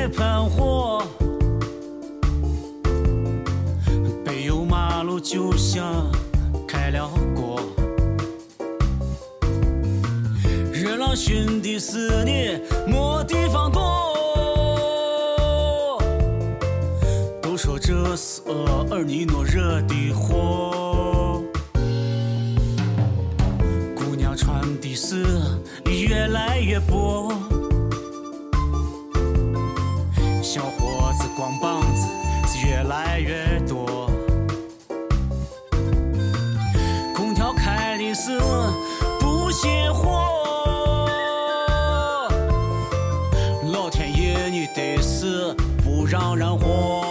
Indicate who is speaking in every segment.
Speaker 1: 夜喷火，柏油马路就像开了锅。热浪熏的思念没地方躲，都说这是尔尼诺惹的祸。姑娘穿的是越来越薄，小伙子光膀子越来越多，空调开的是不熄火，老天爷你得是不让人活。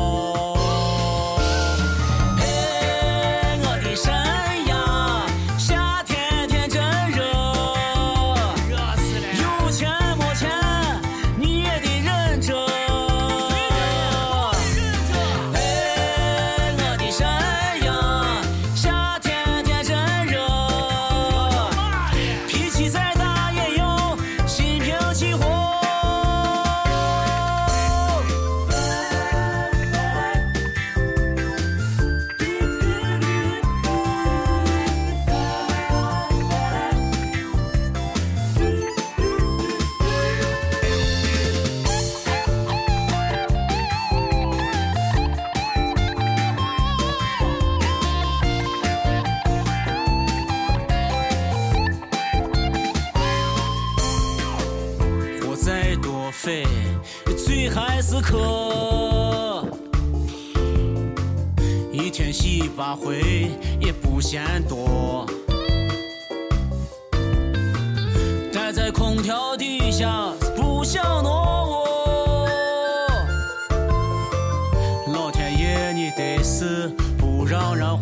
Speaker 1: 再多费，嘴还是渴。一天洗8回也不嫌多。待在空调底下不想挪我，老天爷你得是不让人活。